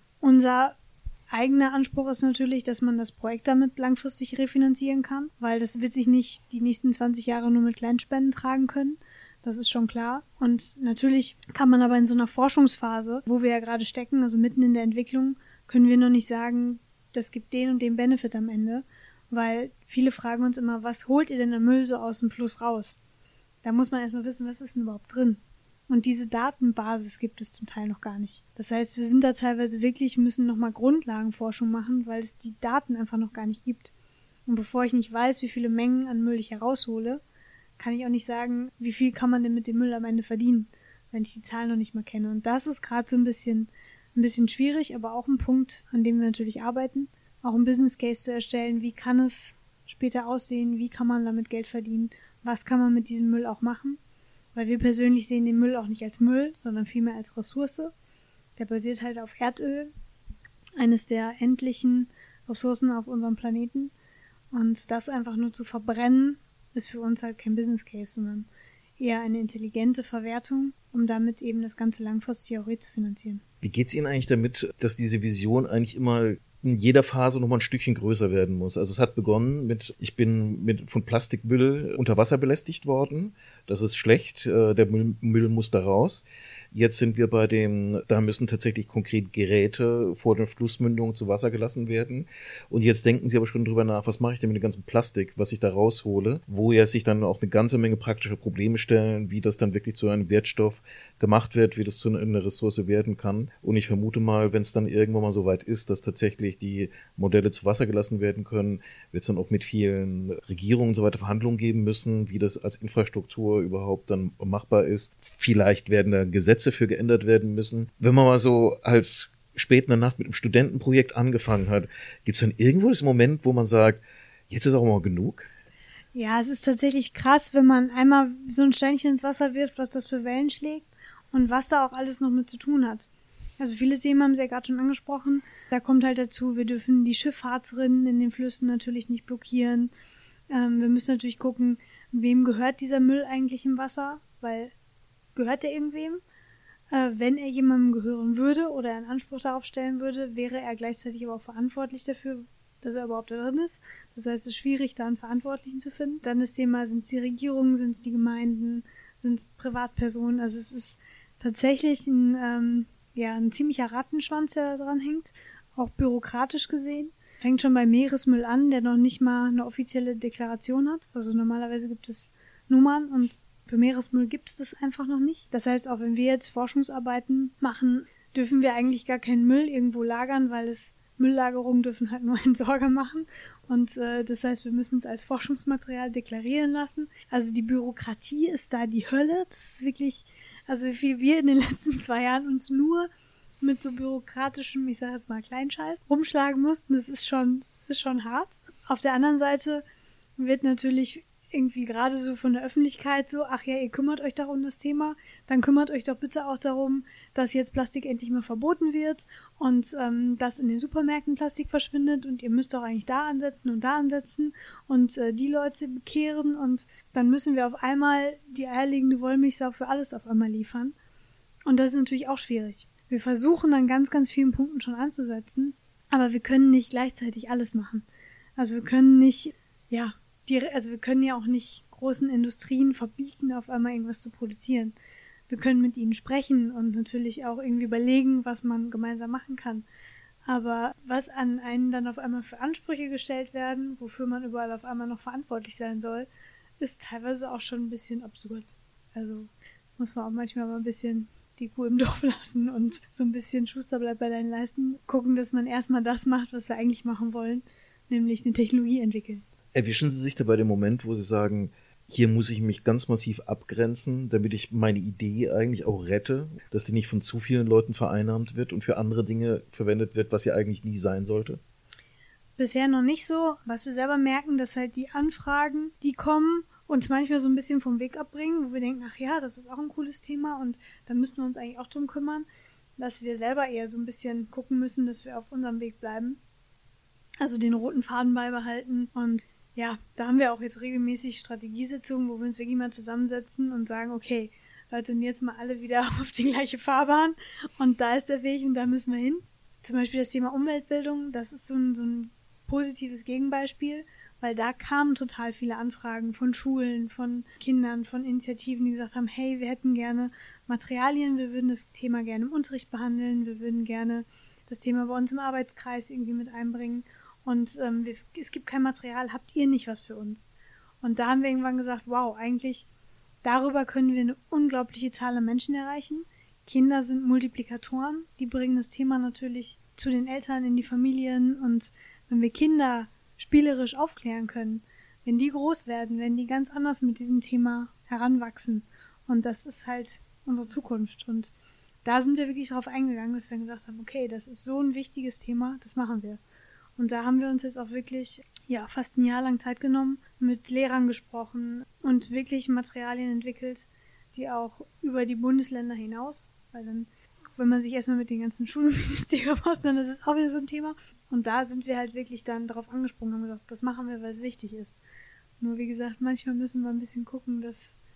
Unser eigener Anspruch ist natürlich, dass man das Projekt damit langfristig refinanzieren kann, weil das wird sich nicht die nächsten 20 Jahre nur mit Kleinspenden tragen können. Das ist schon klar. Und natürlich kann man aber in so einer Forschungsphase, wo wir ja gerade stecken, also mitten in der Entwicklung, können wir noch nicht sagen, das gibt den und den Benefit am Ende, weil viele fragen uns immer, was holt ihr denn an Müll so aus dem Fluss raus? Da muss man erstmal wissen, was ist denn überhaupt drin? Und diese Datenbasis gibt es zum Teil noch gar nicht. Das heißt, wir sind da teilweise müssen nochmal Grundlagenforschung machen, weil es die Daten einfach noch gar nicht gibt. Und bevor ich nicht weiß, wie viele Mengen an Müll ich heraushole, kann ich auch nicht sagen, wie viel kann man denn mit dem Müll am Ende verdienen, wenn ich die Zahlen noch nicht mal kenne. Und das ist gerade so ein bisschen schwierig, aber auch ein Punkt, an dem wir natürlich arbeiten. Auch ein Business Case zu erstellen, wie kann es später aussehen, wie kann man damit Geld verdienen, was kann man mit diesem Müll auch machen. Weil wir persönlich sehen den Müll auch nicht als Müll, sondern vielmehr als Ressource. Der basiert halt auf Erdöl, eines der endlichen Ressourcen auf unserem Planeten. Und das einfach nur zu verbrennen, ist für uns halt kein Business Case, sondern eher eine intelligente Verwertung, um damit eben das ganze langfristige Horrit zu finanzieren. Wie geht's Ihnen eigentlich damit, dass diese Vision eigentlich immer in jeder Phase noch mal ein Stückchen größer werden muss? Also es hat begonnen ich bin von Plastikmüll unter Wasser belästigt worden. Das ist schlecht, der Müll muss da raus. Jetzt sind wir da müssen tatsächlich konkret Geräte vor den Flussmündungen zu Wasser gelassen werden. Und jetzt denken Sie aber schon drüber nach, was mache ich denn mit dem ganzen Plastik, was ich da raushole, wo ja sich dann auch eine ganze Menge praktische Probleme stellen, wie das dann wirklich zu einem Wertstoff gemacht wird, wie das zu einer Ressource werden kann. Und ich vermute mal, wenn es dann irgendwann mal so weit ist, dass tatsächlich die Modelle zu Wasser gelassen werden können, wird es dann auch mit vielen Regierungen und so weiter Verhandlungen geben müssen, wie das als Infrastruktur überhaupt dann machbar ist. Vielleicht werden da Gesetze für geändert werden müssen. Wenn man mal so als spät in der Nacht mit einem Studentenprojekt angefangen hat, gibt es dann irgendwo das Moment, wo man sagt, jetzt ist auch mal genug? Ja, es ist tatsächlich krass, wenn man einmal so ein Steinchen ins Wasser wirft, was das für Wellen schlägt und was da auch alles noch mit zu tun hat. Also viele Themen haben Sie ja gerade schon angesprochen. Da kommt halt dazu, wir dürfen die Schifffahrtsrinnen in den Flüssen natürlich nicht blockieren. Wir müssen natürlich gucken, wem gehört dieser Müll eigentlich im Wasser, weil gehört der irgendwem? Wenn er jemandem gehören würde oder einen Anspruch darauf stellen würde, wäre er gleichzeitig aber auch verantwortlich dafür, dass er überhaupt da drin ist. Das heißt, es ist schwierig, da einen Verantwortlichen zu finden. Dann das Thema, sind es die Regierungen, sind es die Gemeinden, sind es Privatpersonen. Also es ist tatsächlich ein ziemlicher Rattenschwanz, der da dran hängt, auch bürokratisch gesehen. Fängt schon beim Meeresmüll an, der noch nicht mal eine offizielle Deklaration hat. Also normalerweise gibt es Nummern und für Meeresmüll gibt es das einfach noch nicht. Das heißt, auch wenn wir jetzt Forschungsarbeiten machen, dürfen wir eigentlich gar keinen Müll irgendwo lagern, weil Mülllagerungen dürfen halt nur Entsorger machen. Und das heißt, wir müssen es als Forschungsmaterial deklarieren lassen. Also die Bürokratie ist da die Hölle. Das ist wirklich, also wie viel wir in den letzten 2 Jahren uns nur mit so bürokratischem, ich sage jetzt mal Kleinscheiß, rumschlagen mussten. Das ist schon hart. Auf der anderen Seite wird natürlich irgendwie gerade so von der Öffentlichkeit so, ach ja, ihr kümmert euch doch um das Thema, dann kümmert euch doch bitte auch darum, dass jetzt Plastik endlich mal verboten wird und dass in den Supermärkten Plastik verschwindet und ihr müsst doch eigentlich da ansetzen und die Leute bekehren und dann müssen wir auf einmal die eierlegende Wollmilchsau für alles auf einmal liefern. Und das ist natürlich auch schwierig. Wir versuchen an ganz, ganz vielen Punkten schon anzusetzen, aber wir können nicht gleichzeitig alles machen. Also wir können nicht, wir können ja auch nicht großen Industrien verbieten, auf einmal irgendwas zu produzieren. Wir können mit ihnen sprechen und natürlich auch irgendwie überlegen, was man gemeinsam machen kann. Aber was an einen dann auf einmal für Ansprüche gestellt werden, wofür man überall auf einmal noch verantwortlich sein soll, ist teilweise auch schon ein bisschen absurd. Also muss man auch manchmal mal ein bisschen die Kuh im Dorf lassen und so ein bisschen Schuster bleibt bei deinen Leisten. Gucken, dass man erstmal das macht, was wir eigentlich machen wollen, nämlich eine Technologie entwickeln. Erwischen Sie sich dabei den Moment, wo Sie sagen, hier muss ich mich ganz massiv abgrenzen, damit ich meine Idee eigentlich auch rette, dass die nicht von zu vielen Leuten vereinnahmt wird und für andere Dinge verwendet wird, was ja eigentlich nie sein sollte? Bisher noch nicht so. Was wir selber merken, dass halt die Anfragen, die kommen, uns manchmal so ein bisschen vom Weg abbringen, wo wir denken, ach ja, das ist auch ein cooles Thema und da müssten wir uns eigentlich auch drum kümmern, dass wir selber eher so ein bisschen gucken müssen, dass wir auf unserem Weg bleiben. Also den roten Faden beibehalten und ja, da haben wir auch jetzt regelmäßig Strategiesitzungen, wo wir uns wirklich mal zusammensetzen und sagen, okay, Leute, und jetzt mal alle wieder auf die gleiche Fahrbahn und da ist der Weg und da müssen wir hin. Zum Beispiel das Thema Umweltbildung, das ist so ein positives Gegenbeispiel, weil da kamen total viele Anfragen von Schulen, von Kindern, von Initiativen, die gesagt haben, hey, wir hätten gerne Materialien, wir würden das Thema gerne im Unterricht behandeln, wir würden gerne das Thema bei uns im Arbeitskreis irgendwie mit einbringen. Und es gibt kein Material, habt ihr nicht was für uns? Und da haben wir irgendwann gesagt, wow, eigentlich darüber können wir eine unglaubliche Zahl an Menschen erreichen. Kinder sind Multiplikatoren, die bringen das Thema natürlich zu den Eltern in die Familien. Und wenn wir Kinder spielerisch aufklären können, wenn die groß werden, werden die ganz anders mit diesem Thema heranwachsen. Und das ist halt unsere Zukunft. Und da sind wir wirklich darauf eingegangen, dass wir gesagt haben, okay, das ist so ein wichtiges Thema, das machen wir. Und da haben wir uns jetzt auch wirklich, fast ein Jahr lang Zeit genommen, mit Lehrern gesprochen und wirklich Materialien entwickelt, die auch über die Bundesländer hinaus, weil dann, wenn man sich erstmal mit den ganzen Schulministerien befasst, dann ist es auch wieder so ein Thema. Und da sind wir halt wirklich dann darauf angesprungen und haben gesagt, das machen wir, weil es wichtig ist. Nur wie gesagt, manchmal müssen wir ein bisschen gucken, dass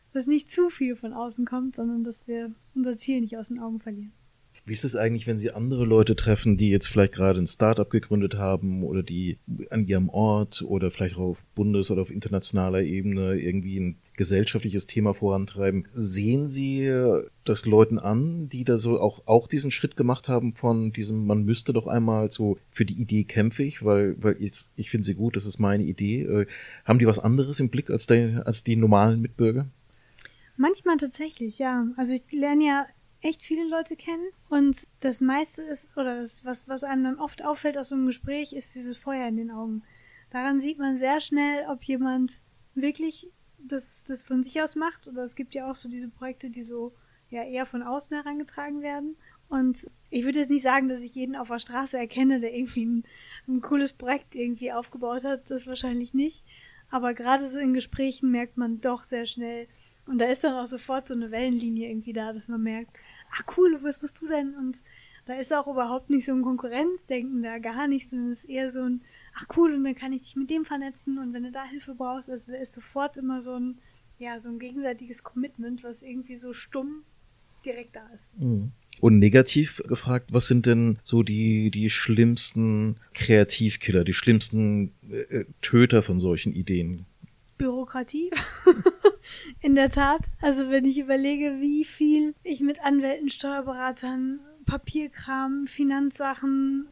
dass nicht zu viel von außen kommt, sondern dass wir unser Ziel nicht aus den Augen verlieren. Wie ist es eigentlich, wenn Sie andere Leute treffen, die jetzt vielleicht gerade ein Start-up gegründet haben oder die an ihrem Ort oder vielleicht auch auf Bundes- oder auf internationaler Ebene irgendwie ein gesellschaftliches Thema vorantreiben? Sehen Sie das Leuten an, die da so auch diesen Schritt gemacht haben von diesem, man müsste doch einmal so, für die Idee kämpfe ich, weil ich finde sie gut, das ist meine Idee. Haben die was anderes im Blick als die normalen Mitbürger? Manchmal tatsächlich, ja. Also ich lerne ja echt viele Leute kennen und das meiste ist, oder das, was einem dann oft auffällt aus so einem Gespräch, ist dieses Feuer in den Augen. Daran sieht man sehr schnell, ob jemand wirklich das von sich aus macht, oder es gibt ja auch so diese Projekte, die so ja eher von außen herangetragen werden. Und ich würde jetzt nicht sagen, dass ich jeden auf der Straße erkenne, der irgendwie ein cooles Projekt irgendwie aufgebaut hat, das wahrscheinlich nicht. Aber gerade so in Gesprächen merkt man doch sehr schnell, und da ist dann auch sofort so eine Wellenlinie irgendwie da, dass man merkt, ach cool, was bist du denn? Und da ist auch überhaupt nicht so ein Konkurrenzdenken da, gar nicht, sondern es ist eher so ein, ach cool, und dann kann ich dich mit dem vernetzen und wenn du da Hilfe brauchst, also da ist sofort immer so ein gegenseitiges Commitment, was irgendwie so stumm direkt da ist. Mhm. Und negativ gefragt, was sind denn so die schlimmsten Kreativkiller, die schlimmsten Töter von solchen Ideen? Bürokratie. In der Tat. Also wenn ich überlege, wie viel ich mit Anwälten, Steuerberatern, Papierkram, Finanzsachen,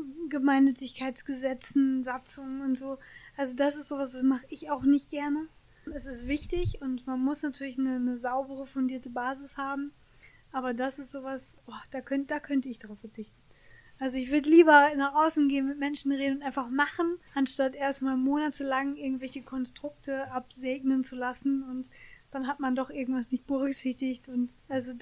Gemeinnützigkeitsgesetzen, Satzungen und so. Also das ist sowas, das mache ich auch nicht gerne. Es ist wichtig und man muss natürlich eine saubere, fundierte Basis haben. Aber das ist sowas, da könnte ich drauf verzichten. Also ich würde lieber nach außen gehen, mit Menschen reden und einfach machen, anstatt erstmal monatelang irgendwelche Konstrukte absegnen zu lassen und dann hat man doch irgendwas nicht berücksichtigt. Und also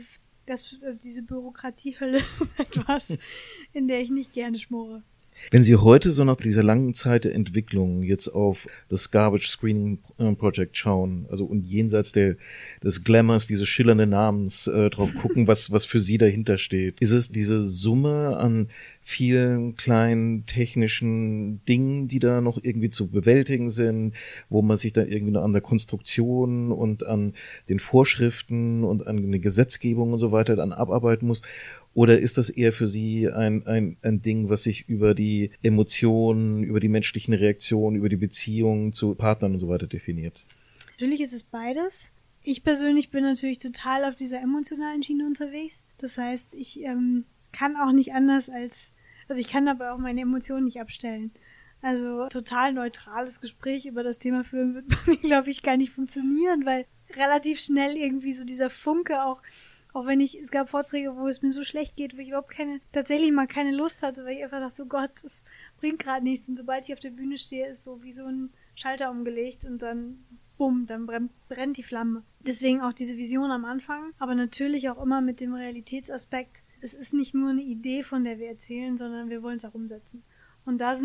diese Bürokratiehölle ist etwas, in der ich nicht gerne schmore. Wenn Sie heute so nach dieser langen Zeit der Entwicklung jetzt auf das Garbage Screening Project schauen, also und jenseits des Glamours, dieses schillernden Namens drauf gucken, was für Sie dahinter steht, ist es diese Summe an vielen kleinen technischen Dingen, die da noch irgendwie zu bewältigen sind, wo man sich dann irgendwie noch an der Konstruktion und an den Vorschriften und an der Gesetzgebung und so weiter dann abarbeiten muss? Oder ist das eher für Sie ein Ding, was sich über die Emotionen, über die menschlichen Reaktionen, über die Beziehungen zu Partnern und so weiter definiert? Natürlich ist es beides. Ich persönlich bin natürlich total auf dieser emotionalen Schiene unterwegs. Das heißt, ich kann auch nicht anders also ich kann aber auch meine Emotionen nicht abstellen. Also total neutrales Gespräch über das Thema führen wird bei mir, glaube ich, gar nicht funktionieren, weil relativ schnell irgendwie so dieser Funke auch wenn es gab Vorträge, wo es mir so schlecht geht, wo ich überhaupt tatsächlich mal keine Lust hatte, weil ich einfach dachte, oh Gott, das bringt gerade nichts. Und sobald ich auf der Bühne stehe, ist so wie so ein Schalter umgelegt und dann, bumm, dann brennt die Flamme. Deswegen auch diese Vision am Anfang, aber natürlich auch immer mit dem Realitätsaspekt. Es ist nicht nur eine Idee, von der wir erzählen, sondern wir wollen es auch umsetzen. Und da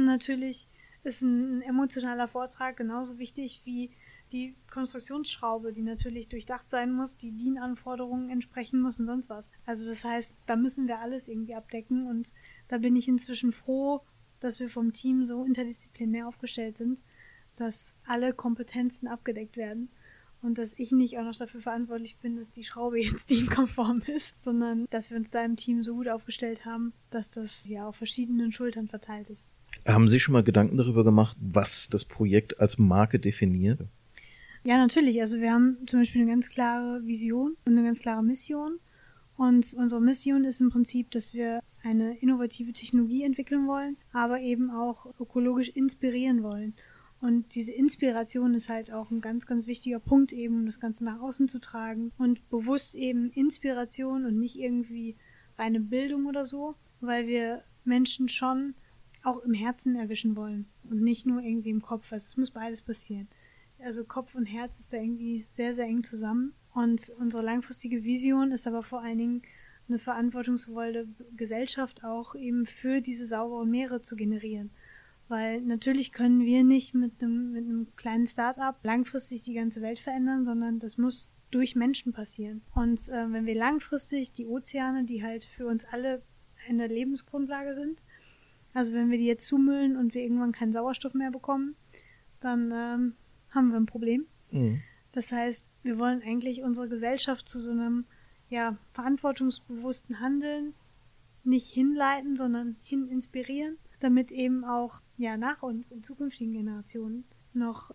ist ein emotionaler Vortrag genauso wichtig wie die Konstruktionsschraube, die natürlich durchdacht sein muss, die DIN-Anforderungen entsprechen muss und sonst was. Also das heißt, da müssen wir alles irgendwie abdecken und da bin ich inzwischen froh, dass wir vom Team so interdisziplinär aufgestellt sind, dass alle Kompetenzen abgedeckt werden und dass ich nicht auch noch dafür verantwortlich bin, dass die Schraube jetzt DIN-konform ist, sondern dass wir uns da im Team so gut aufgestellt haben, dass das ja auf verschiedenen Schultern verteilt ist. Haben Sie schon mal Gedanken darüber gemacht, was das Projekt als Marke definiert? Ja, natürlich. Also wir haben zum Beispiel eine ganz klare Vision und eine ganz klare Mission. Und unsere Mission ist im Prinzip, dass wir eine innovative Technologie entwickeln wollen, aber eben auch ökologisch inspirieren wollen. Und diese Inspiration ist halt auch ein ganz, ganz wichtiger Punkt eben, um das Ganze nach außen zu tragen. Und bewusst eben Inspiration und nicht irgendwie reine Bildung oder so, weil wir Menschen schon auch im Herzen erwischen wollen und nicht nur irgendwie im Kopf. Also es muss beides passieren. Also Kopf und Herz ist da irgendwie sehr, sehr eng zusammen. Und unsere langfristige Vision ist aber vor allen Dingen eine verantwortungsvolle Gesellschaft auch eben für diese sauberen Meere zu generieren. Weil natürlich können wir nicht mit einem kleinen Start-up langfristig die ganze Welt verändern, sondern das muss durch Menschen passieren. Und wenn wir langfristig die Ozeane, die halt für uns alle eine Lebensgrundlage sind, also wenn wir die jetzt zumüllen und wir irgendwann keinen Sauerstoff mehr bekommen, dann haben wir ein Problem. Mhm. Das heißt, wir wollen eigentlich unsere Gesellschaft zu so einem verantwortungsbewussten Handeln nicht hinleiten, sondern hin inspirieren, damit eben auch nach uns in zukünftigen Generationen noch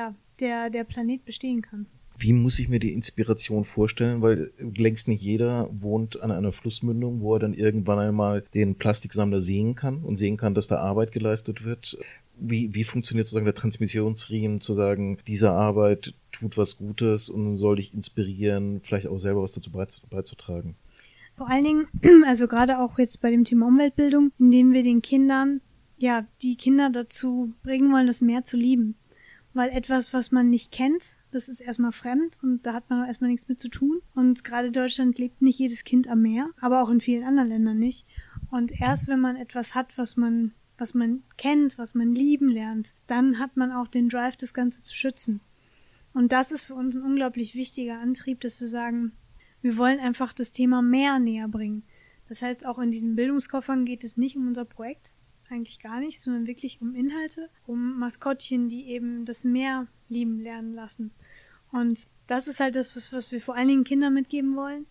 der Planet bestehen kann. Wie muss ich mir die Inspiration vorstellen? Weil längst nicht jeder wohnt an einer Flussmündung, wo er dann irgendwann einmal den Plastiksammler sehen kann und sehen kann, dass da Arbeit geleistet wird. Wie funktioniert sozusagen der Transmissionsriemen, zu sagen, diese Arbeit tut was Gutes und soll dich inspirieren, vielleicht auch selber was dazu beizutragen? Vor allen Dingen, also gerade auch jetzt bei dem Thema Umweltbildung, indem wir den Kindern, die Kinder dazu bringen wollen, das Meer zu lieben. Weil etwas, was man nicht kennt, das ist erstmal fremd und da hat man auch erstmal nichts mit zu tun. Und gerade in Deutschland lebt nicht jedes Kind am Meer, aber auch in vielen anderen Ländern nicht. Und erst wenn man etwas hat, was man kennt, was man lieben lernt, dann hat man auch den Drive, das Ganze zu schützen. Und das ist für uns ein unglaublich wichtiger Antrieb, dass wir sagen, wir wollen einfach das Thema Meer näher bringen. Das heißt, auch in diesen Bildungskoffern geht es nicht um unser Projekt, eigentlich gar nicht, sondern wirklich um Inhalte, um Maskottchen, die eben das Meer lieben lernen lassen. Und das ist halt das, was wir vor allen Dingen Kindern mitgeben wollen.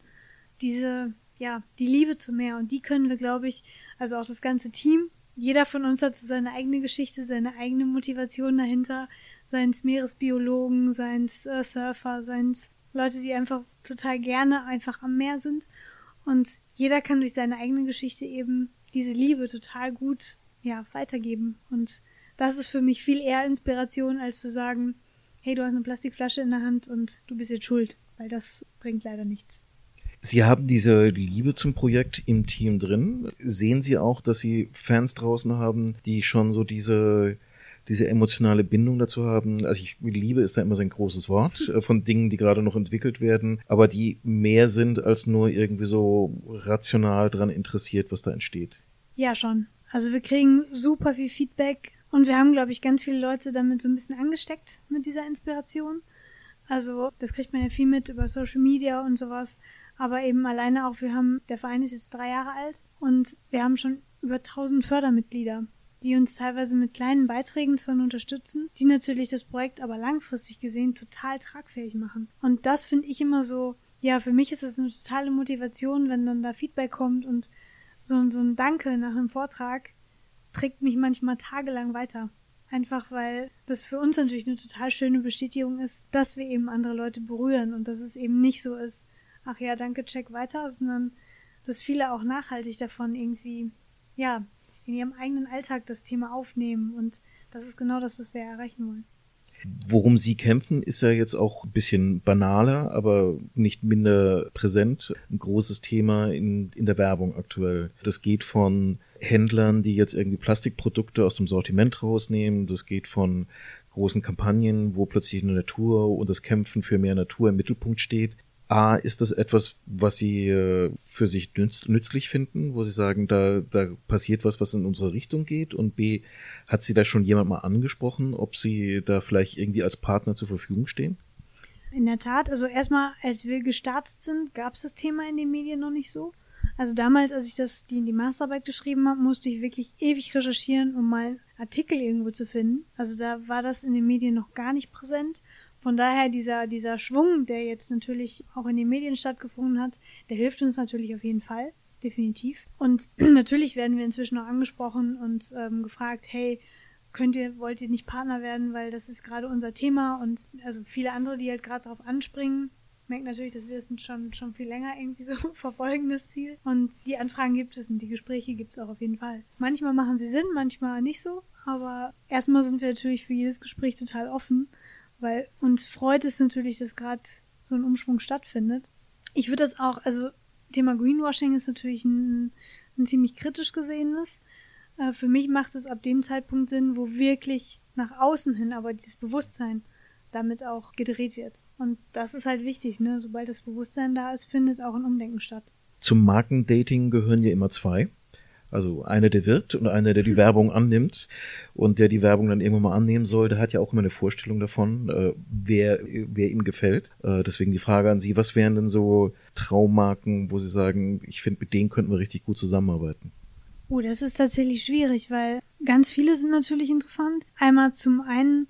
Die Liebe zum Meer. Und die können wir, glaube ich, also auch das ganze Team, jeder von uns hat so seine eigene Geschichte, seine eigene Motivation dahinter, seien es Meeresbiologen, seien es Surfer, seien es Leute, die einfach total gerne einfach am Meer sind. Und jeder kann durch seine eigene Geschichte eben diese Liebe total gut weitergeben. Und das ist für mich viel eher Inspiration, als zu sagen, hey, du hast eine Plastikflasche in der Hand und du bist jetzt schuld, weil das bringt leider nichts. Sie haben diese Liebe zum Projekt im Team drin. Sehen Sie auch, dass Sie Fans draußen haben, die schon so diese emotionale Bindung dazu haben? Also Liebe ist da immer so ein großes Wort von Dingen, die gerade noch entwickelt werden, aber die mehr sind als nur irgendwie so rational dran interessiert, was da entsteht. Ja, schon. Also wir kriegen super viel Feedback und wir haben, glaube ich, ganz viele Leute damit so ein bisschen angesteckt mit dieser Inspiration. Also das kriegt man ja viel mit über Social Media und sowas, aber eben alleine auch, der Verein ist jetzt 3 Jahre alt und wir haben schon über 1000 Fördermitglieder, die uns teilweise mit kleinen Beiträgen zwar unterstützen, die natürlich das Projekt aber langfristig gesehen total tragfähig machen. Und das finde ich immer so, für mich ist das eine totale Motivation, wenn dann da Feedback kommt und so ein Danke nach einem Vortrag trägt mich manchmal tagelang weiter. Einfach weil das für uns natürlich eine total schöne Bestätigung ist, dass wir eben andere Leute berühren und dass es eben nicht so ist, ach ja, danke, check weiter, sondern dass viele auch nachhaltig davon irgendwie, in ihrem eigenen Alltag das Thema aufnehmen und das ist genau das, was wir erreichen wollen. Worum Sie kämpfen, ist ja jetzt auch ein bisschen banaler, aber nicht minder präsent. Ein großes Thema in der Werbung aktuell. Das geht von Händlern, die jetzt irgendwie Plastikprodukte aus dem Sortiment rausnehmen. Das geht von großen Kampagnen, wo plötzlich eine Natur und das Kämpfen für mehr Natur im Mittelpunkt steht. A, ist das etwas, was Sie für sich nützlich finden, wo Sie sagen, da passiert was in unsere Richtung geht? Und B, hat Sie da schon jemand mal angesprochen, ob Sie da vielleicht irgendwie als Partner zur Verfügung stehen? In der Tat, also erstmal, als wir gestartet sind, gab es das Thema in den Medien noch nicht so. Also damals, als ich die Masterarbeit geschrieben habe, musste ich wirklich ewig recherchieren, um mal einen Artikel irgendwo zu finden. Also da war das in den Medien noch gar nicht präsent. Von daher dieser Schwung, der jetzt natürlich auch in den Medien stattgefunden hat, der hilft uns natürlich auf jeden Fall, definitiv. Und natürlich werden wir inzwischen auch angesprochen und gefragt, hey, wollt ihr nicht Partner werden, weil das ist gerade unser Thema und also viele andere, die halt gerade darauf anspringen, merken natürlich, dass wir das schon viel länger irgendwie so verfolgen, das Ziel. Und die Anfragen gibt es und die Gespräche gibt es auch auf jeden Fall. Manchmal machen sie Sinn, manchmal nicht so, aber erstmal sind wir natürlich für jedes Gespräch total offen, weil uns freut es natürlich, dass gerade so ein Umschwung stattfindet. Ich würde das auch, also Thema Greenwashing ist natürlich ein ziemlich kritisch gesehenes. Für mich macht es ab dem Zeitpunkt Sinn, wo wirklich nach außen hin aber dieses Bewusstsein damit auch gedreht wird. Und das ist halt wichtig, ne? Sobald das Bewusstsein da ist, findet auch ein Umdenken statt. Zum Markendating gehören ja immer 2. Also einer, der wirkt und einer, der die Werbung annimmt und der die Werbung dann irgendwann mal annehmen soll, der hat ja auch immer eine Vorstellung davon, wer ihm gefällt. Deswegen die Frage an Sie, was wären denn so Traummarken, wo Sie sagen, ich finde, mit denen könnten wir richtig gut zusammenarbeiten? Das ist tatsächlich schwierig, weil ganz viele sind natürlich interessant. Einmal zum einen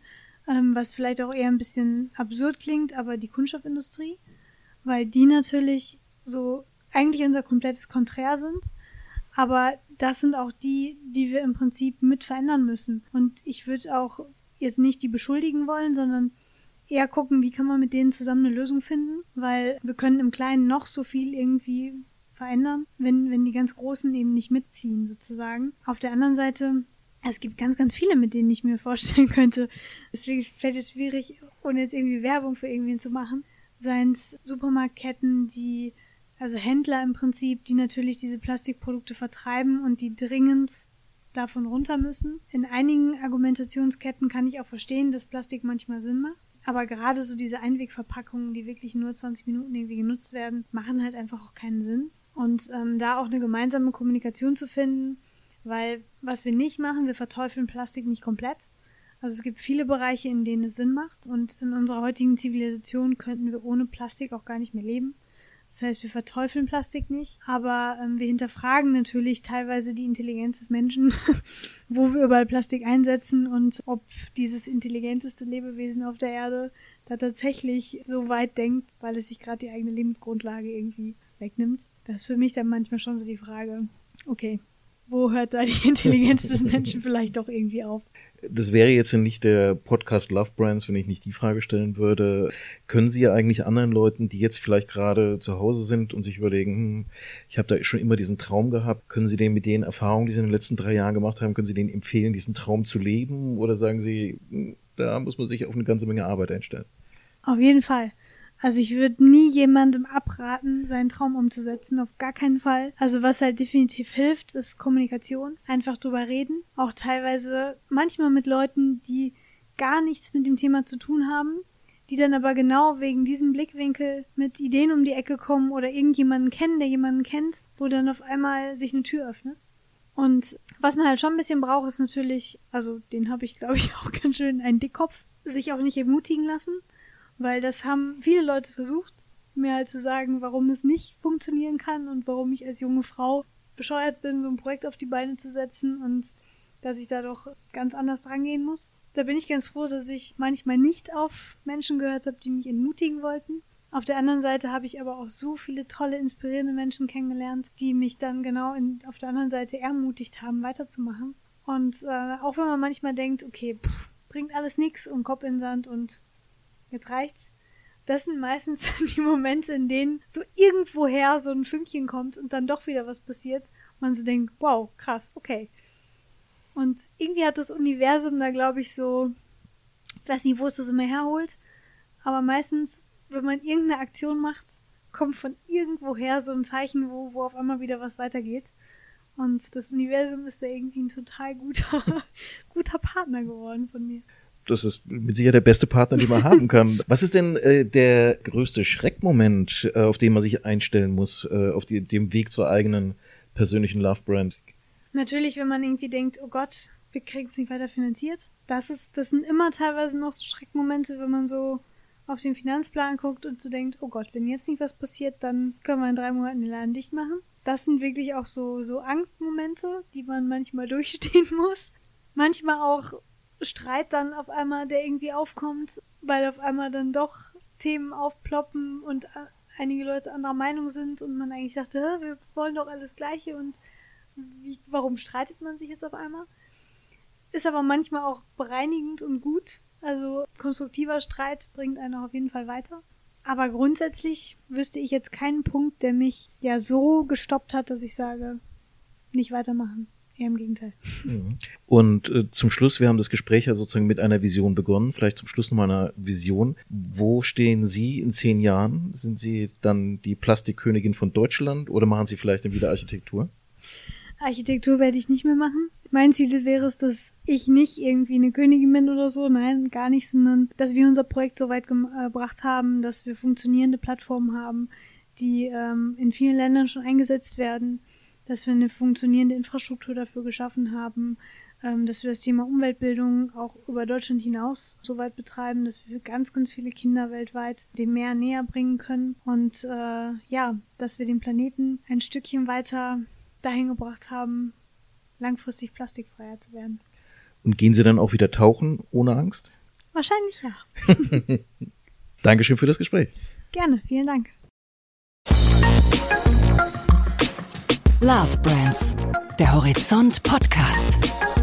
was vielleicht auch eher ein bisschen absurd klingt, aber die Kunststoffindustrie, weil die natürlich so eigentlich unser komplettes Konträr sind, aber das sind auch die wir im Prinzip mit verändern müssen. Und ich würde auch jetzt nicht die beschuldigen wollen, sondern eher gucken, wie kann man mit denen zusammen eine Lösung finden, weil wir können im Kleinen noch so viel irgendwie verändern, wenn die ganz Großen eben nicht mitziehen, sozusagen. Auf der anderen Seite, es gibt ganz, ganz viele, mit denen ich mir vorstellen könnte. Deswegen fällt es schwierig, ohne jetzt irgendwie Werbung für irgendwen zu machen. Seien es Supermarktketten, also Händler im Prinzip, die natürlich diese Plastikprodukte vertreiben und die dringend davon runter müssen. In einigen Argumentationsketten kann ich auch verstehen, dass Plastik manchmal Sinn macht. Aber gerade so diese Einwegverpackungen, die wirklich nur 20 Minuten irgendwie genutzt werden, machen halt einfach auch keinen Sinn. Und da auch eine gemeinsame Kommunikation zu finden, weil was wir nicht machen, wir verteufeln Plastik nicht komplett. Also es gibt viele Bereiche, in denen es Sinn macht und in unserer heutigen Zivilisation könnten wir ohne Plastik auch gar nicht mehr leben. Das heißt, wir verteufeln Plastik nicht, aber wir hinterfragen natürlich teilweise die Intelligenz des Menschen, wo wir überall Plastik einsetzen und ob dieses intelligenteste Lebewesen auf der Erde da tatsächlich so weit denkt, weil es sich gerade die eigene Lebensgrundlage irgendwie wegnimmt. Das ist für mich dann manchmal schon so die Frage, okay, wo hört da die Intelligenz des Menschen vielleicht doch irgendwie auf? Das wäre jetzt nicht der Podcast Love Brands, wenn ich nicht die Frage stellen würde. Können Sie ja eigentlich anderen Leuten, die jetzt vielleicht gerade zu Hause sind und sich überlegen, ich habe da schon immer diesen Traum gehabt, können Sie denen mit den Erfahrungen, die Sie in den letzten 3 Jahren gemacht haben, können Sie denen empfehlen, diesen Traum zu leben? Oder sagen Sie, da muss man sich auf eine ganze Menge Arbeit einstellen? Auf jeden Fall. Also ich würde nie jemandem abraten, seinen Traum umzusetzen, auf gar keinen Fall. Also was halt definitiv hilft, ist Kommunikation. Einfach drüber reden. Auch teilweise manchmal mit Leuten, die gar nichts mit dem Thema zu tun haben, die dann aber genau wegen diesem Blickwinkel mit Ideen um die Ecke kommen oder irgendjemanden kennen, der jemanden kennt, wo dann auf einmal sich eine Tür öffnet. Und was man halt schon ein bisschen braucht, ist natürlich, also den habe ich glaube ich auch ganz schön, einen Dickkopf, sich auch nicht ermutigen lassen. Weil das haben viele Leute versucht, mir halt zu sagen, warum es nicht funktionieren kann und warum ich als junge Frau bescheuert bin, so ein Projekt auf die Beine zu setzen und dass ich da doch ganz anders dran gehen muss. Da bin ich ganz froh, dass ich manchmal nicht auf Menschen gehört habe, die mich entmutigen wollten. Auf der anderen Seite habe ich aber auch so viele tolle, inspirierende Menschen kennengelernt, die mich dann genau auf der anderen Seite ermutigt haben, weiterzumachen. Und auch wenn man manchmal denkt, okay, bringt alles nichts und Kopf in den Sand und jetzt reicht's. Das sind meistens die Momente, in denen so irgendwoher so ein Fünkchen kommt und dann doch wieder was passiert. Und man so denkt, wow, krass, okay. Und irgendwie hat das Universum da, glaube ich, so, ich weiß nicht, wo es das immer herholt, aber meistens, wenn man irgendeine Aktion macht, kommt von irgendwoher so ein Zeichen, wo auf einmal wieder was weitergeht. Und das Universum ist da irgendwie ein total guter Partner geworden von mir. Das ist mit Sicherheit der beste Partner, den man haben kann. Was ist denn der größte Schreckmoment, auf den man sich einstellen muss, auf dem Weg zur eigenen persönlichen Love-Brand? Natürlich, wenn man irgendwie denkt, oh Gott, wir kriegen es nicht weiter finanziert. Das sind immer teilweise noch so Schreckmomente, wenn man so auf den Finanzplan guckt und so denkt, oh Gott, wenn jetzt nicht was passiert, dann können wir in 3 Monaten den Laden dicht machen. Das sind wirklich auch so Angstmomente, die man manchmal durchstehen muss. Manchmal auch Streit dann auf einmal, der irgendwie aufkommt, weil auf einmal dann doch Themen aufploppen und einige Leute anderer Meinung sind und man eigentlich sagt, wir wollen doch alles Gleiche und warum streitet man sich jetzt auf einmal? Ist aber manchmal auch bereinigend und gut. Also konstruktiver Streit bringt einen auch auf jeden Fall weiter. Aber grundsätzlich wüsste ich jetzt keinen Punkt, der mich ja so gestoppt hat, dass ich sage, nicht weitermachen. Eher im Gegenteil. Und zum Schluss, wir haben das Gespräch ja sozusagen mit einer Vision begonnen, vielleicht zum Schluss nochmal eine Vision. Wo stehen Sie in 10 Jahren? Sind Sie dann die Plastikkönigin von Deutschland oder machen Sie vielleicht dann wieder Architektur? Architektur werde ich nicht mehr machen. Mein Ziel wäre es, dass ich nicht irgendwie eine Königin bin oder so, nein, gar nicht, sondern dass wir unser Projekt so weit gebracht haben, dass wir funktionierende Plattformen haben, die in vielen Ländern schon eingesetzt werden, dass wir eine funktionierende Infrastruktur dafür geschaffen haben, dass wir das Thema Umweltbildung auch über Deutschland hinaus so weit betreiben, dass wir ganz, ganz viele Kinder weltweit dem Meer näher bringen können und dass wir den Planeten ein Stückchen weiter dahin gebracht haben, langfristig plastikfreier zu werden. Und gehen Sie dann auch wieder tauchen, ohne Angst? Wahrscheinlich ja. Dankeschön für das Gespräch. Gerne, vielen Dank. Love Brands, der Horizont Podcast.